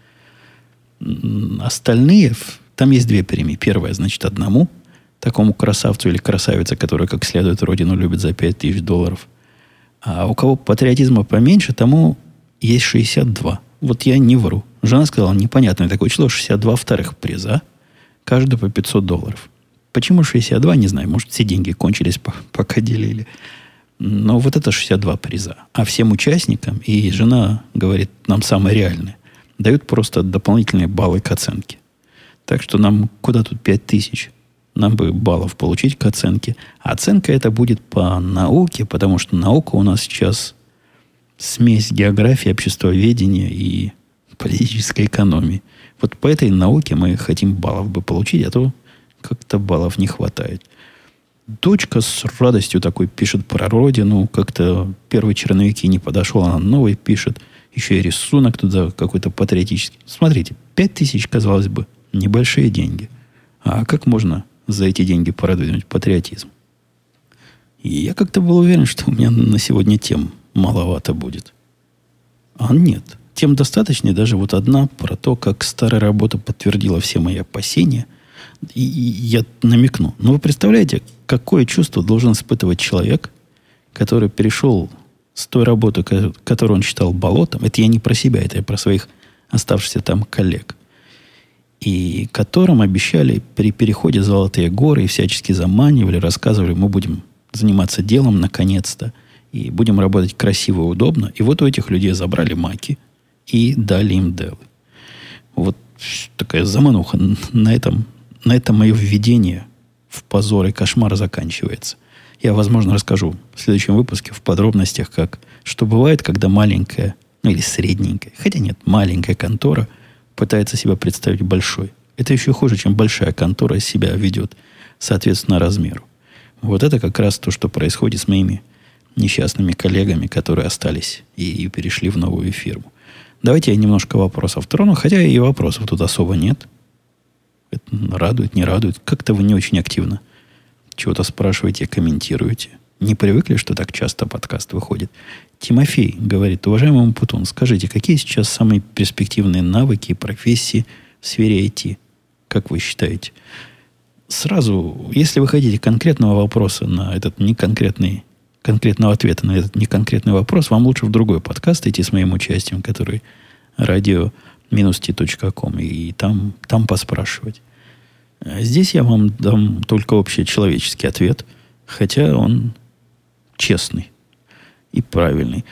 Остальные, там есть две премии. Первая, значит, одному такому красавцу или красавице, которая как следует родину любит за пять тысяч долларов. А у кого патриотизма поменьше, тому есть шестьдесят два. Вот я не вру. Жена сказала, непонятное такое число, шестьдесят два вторых приза, каждый по пятьсот долларов. Почему шестьдесят два, не знаю. Может, все деньги кончились, пока делили. Но вот это шестьдесят два приза. А всем участникам, и жена говорит, нам самое реальное, дают просто дополнительные баллы к оценке. Так что нам куда тут пять тысяч? Нам бы баллов получить к оценке. А оценка это будет по науке, потому что наука у нас сейчас смесь географии, обществоведения и политической экономии. Вот по этой науке мы хотим баллов бы получить, а то как-то баллов не хватает. Дочка с радостью такой пишет про родину. Как-то первый черновик ей не подошел, она новый пишет. Еще и рисунок туда какой-то патриотический. Смотрите, пять тысяч, казалось бы, небольшие деньги. А как можно за эти деньги продвинуть патриотизм? И я как-то был уверен, что у меня на сегодня тем маловато будет. А нет. Тем достаточно, и даже вот одна про то, как старая работа подтвердила все мои опасения. И, и я намекну. Но вы представляете, какое чувство должен испытывать человек, который перешел с той работы, которую он считал болотом. Это я не про себя, это я про своих оставшихся там коллег. И которым обещали при переходе золотые горы и всячески заманивали, рассказывали, мы будем заниматься делом наконец-то, и будем работать красиво и удобно. И вот у этих людей забрали маки и дали им делы. Вот такая замануха. На этом, на этом мое введение в позор и кошмар заканчивается. Я, возможно, расскажу в следующем выпуске в подробностях, как, что бывает, когда маленькая, ну или средненькая, хотя нет, маленькая контора пытается себя представить большой. Это еще хуже, чем большая контора себя ведет, соответственно, размеру. Вот это как раз то, что происходит с моими несчастными коллегами, которые остались и, и перешли в новую фирму. Давайте я немножко вопросов трону, хотя и вопросов тут особо нет. Это радует, не радует. Как-то вы не очень активно чего-то спрашиваете, комментируете. Не привыкли, что так часто подкаст выходит? Тимофей говорит, уважаемый Умпутун, скажите, какие сейчас самые перспективные навыки и профессии в сфере ай ти? Как вы считаете? Сразу, если вы хотите конкретного вопроса на этот неконкретный, конкретного ответа на этот неконкретный вопрос, вам лучше в другой подкаст идти с моим участием, который радио ти точка ком, и там, там поспрашивать. Здесь я вам дам только общечеловеческий ответ, хотя он честный и правильный.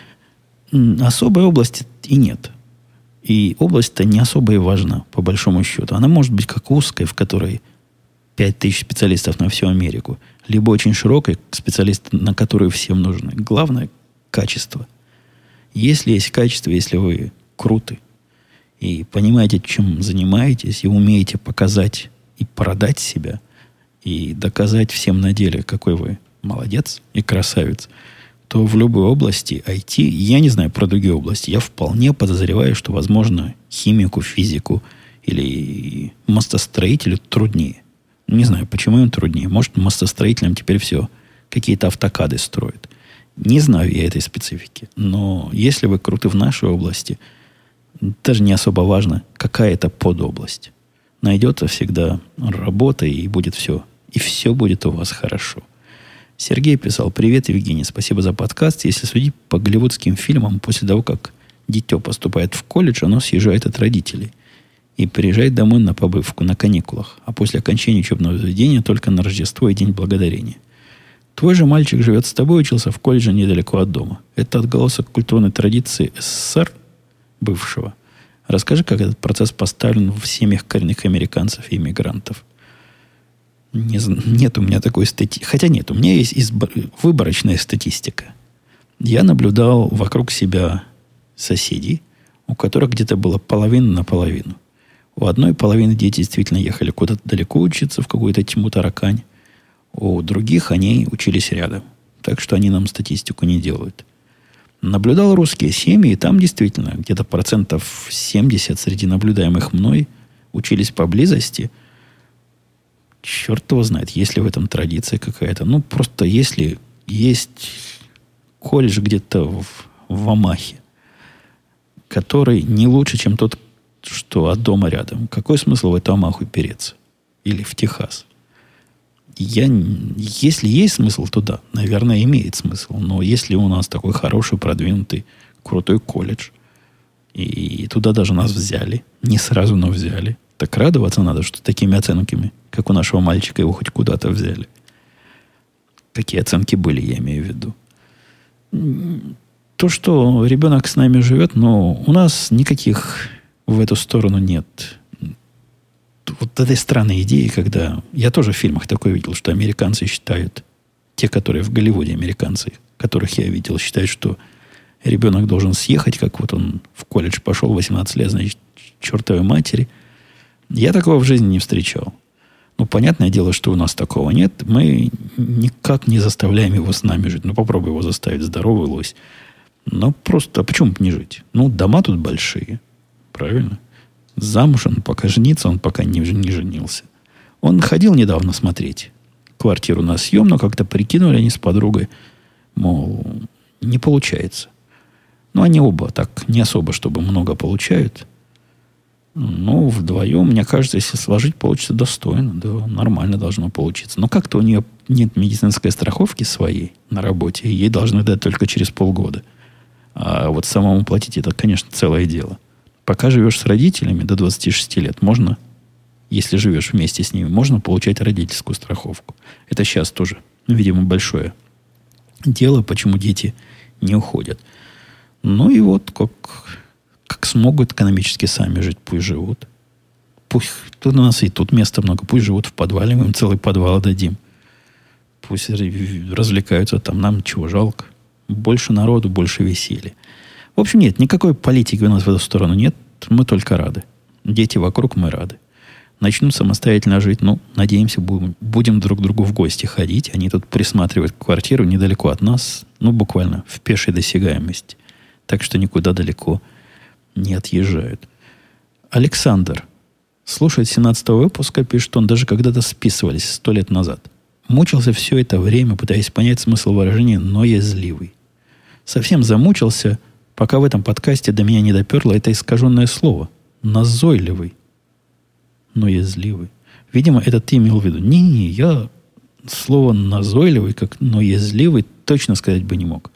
Особой области и нет. И область-то не особо и важна, по большому счету. Она может быть как узкой, в которой пять тысяч специалистов на всю Америку, либо очень широкой, специалисты, на которые всем нужны. Главное – качество. Если есть качество, если вы круты, и понимаете, чем занимаетесь, и умеете показать и продать себя, и доказать всем на деле, какой вы молодец и красавец, то в любой области ай ти, я не знаю про другие области, я вполне подозреваю, что, возможно, химику, физику или мостостроителю труднее. Не знаю, почему им труднее. Может, мостостроителям теперь все, какие-то автокады строят. Не знаю я этой специфики. Но если вы круты в нашей области, даже не особо важно, какая это подобласть. Найдется всегда работа, и будет все. И все будет у вас хорошо. Сергей писал, привет, Евгений, спасибо за подкаст. Если судить по голливудским фильмам, после того, как дитё поступает в колледж, оно съезжает от родителей. и приезжает домой на побывку, на каникулах, а после окончания учебного заведения только на Рождество и День Благодарения. Твой же мальчик живет с тобой, учился в колледже недалеко от дома. Это отголосок культурной традиции СССР бывшего. Расскажи, как этот процесс поставлен в семьях коренных американцев и иммигрантов. Не, нет у меня такой статистики. Хотя нет, у меня есть избор, выборочная статистика. Я наблюдал вокруг себя соседей, у которых где-то было половина на половину. У одной половины дети действительно ехали куда-то далеко учиться, в какую-то тьму таракань. У других они учились рядом. Так что они нам статистику не делают. Наблюдал русские семьи, и там действительно где-то процентов семьдесят среди наблюдаемых мной учились поблизости. Черт его знает, есть ли в этом традиция какая-то. Ну, просто если есть колледж где-то в, в Амахе, который не лучше, чем тот, что от дома рядом. Какой смысл в эту Амаху переться? Или в Техас? Я, если есть смысл, то да, наверное, имеет смысл. Но если у нас такой хороший, продвинутый, крутой колледж, и туда даже нас взяли, не сразу, но взяли, так радоваться надо, что такими оценками, как у нашего мальчика, его хоть куда-то взяли. Какие оценки были, я имею в виду. То, что ребенок с нами живет, но у нас никаких в эту сторону нет. Вот этой странной идеи, когда... Я тоже в фильмах такое видел, что американцы считают, те, которые в Голливуде американцы, которых я видел, считают, что ребенок должен съехать, как вот он в колледж пошел, восемнадцать лет, значит, чертовой матери. Я такого в жизни не встречал. Ну, понятное дело, что у нас такого нет. Мы никак не заставляем его с нами жить. Ну, попробуй его заставить, здоровый лось. Ну, просто, а почему бы не жить? Ну, дома тут большие. Правильно? Замуж он пока женится, он пока не, не женился. Он ходил недавно смотреть квартиру на съем, но как-то прикинули они с подругой, мол, не получается. Ну, они оба так не особо, чтобы много получают. Ну, вдвоем, мне кажется, если сложить, получится достойно. Да, нормально должно получиться. Но как-то у нее нет медицинской страховки своей на работе, и ей должны дать только через полгода. А вот самому платить, это, конечно, целое дело. Пока живешь с родителями до двадцати шести лет, можно, если живешь вместе с ними, можно получать родительскую страховку. Это сейчас тоже, видимо, большое дело, почему дети не уходят. Ну и вот, как, как смогут экономически сами жить, пусть живут. Пусть тут у нас и тут места много, пусть живут в подвале, мы им целый подвал дадим. Пусть развлекаются там, нам чего жалко. Больше народу, больше веселья. В общем, нет, никакой политики у нас в эту сторону нет. Мы только рады. Дети вокруг, мы рады. Начнут самостоятельно жить. Ну, надеемся, будем, будем друг к другу в гости ходить. Они тут присматривают квартиру недалеко от нас. Ну, буквально в пешей досягаемости. Так что никуда далеко не отъезжают. Александр слушает семнадцатого выпуска, пишет, он даже когда-то списывались сто лет назад. Мучился все это время, пытаясь понять смысл выражения «но я зливый». Совсем замучился, пока в этом подкасте до меня не доперло это искаженное слово. Назойливый. Но язвливый. Видимо, это ты имел в виду. Не-не, я слово назойливый, как но язвливый, точно сказать бы не мог.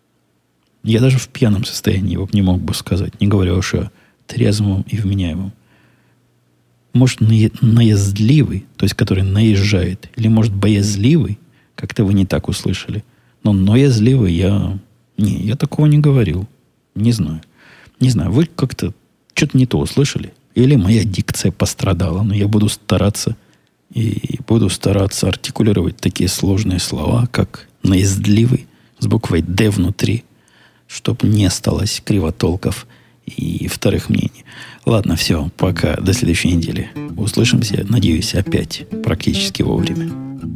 Я даже в пьяном состоянии его не мог бы сказать, не говоря уж о трезвом и вменяемом. Может, наездливый, то есть который наезжает, или, может, боязливый, как-то вы не так услышали. Но ноязливый я... Не, я такого не говорил. Не знаю. Не знаю, вы как-то что-то не то услышали. Или моя дикция пострадала. Но я буду стараться и буду стараться артикулировать такие сложные слова, как наездливый, с буквой «Д» внутри, чтобы не осталось кривотолков и вторых мнений. Ладно, все, пока, до следующей недели. Услышимся, надеюсь, опять практически вовремя.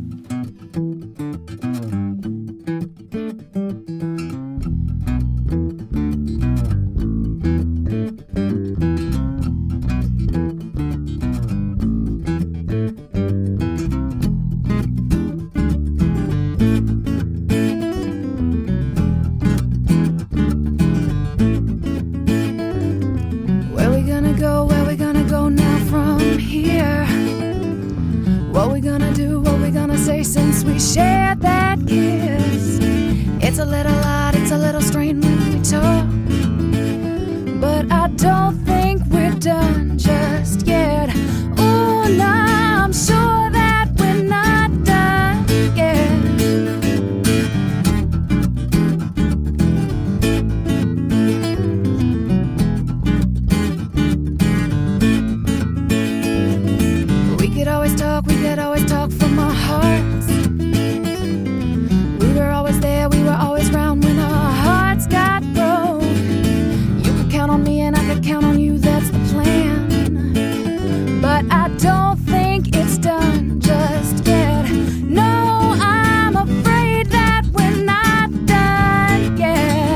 Since we shared that kiss, it's a little odd, it's a little strange when we talk, but I don't think we're done just could always talk, we could always talk from our hearts. We were always there, we were always round when our hearts got broke. You could count on me and I could count on you, that's the plan. But I don't think it's done just yet. No, I'm afraid that we're not done yet.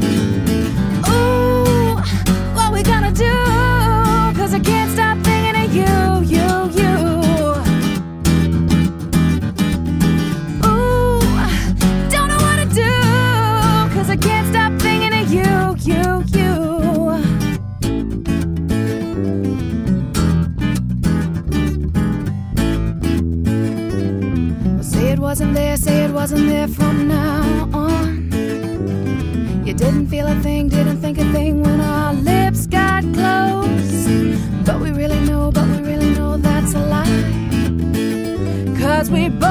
Ooh, what we gonna do? Cause I can't stop thinking of you, you, you. Ooh, don't know what to do. Cause I can't stop thinking of you, you, you. Wasn't there, say it wasn't there from now on. You didn't feel a thing, didn't think a thing when our lips got close. But we really know, but we really know that's a lie. Cause we both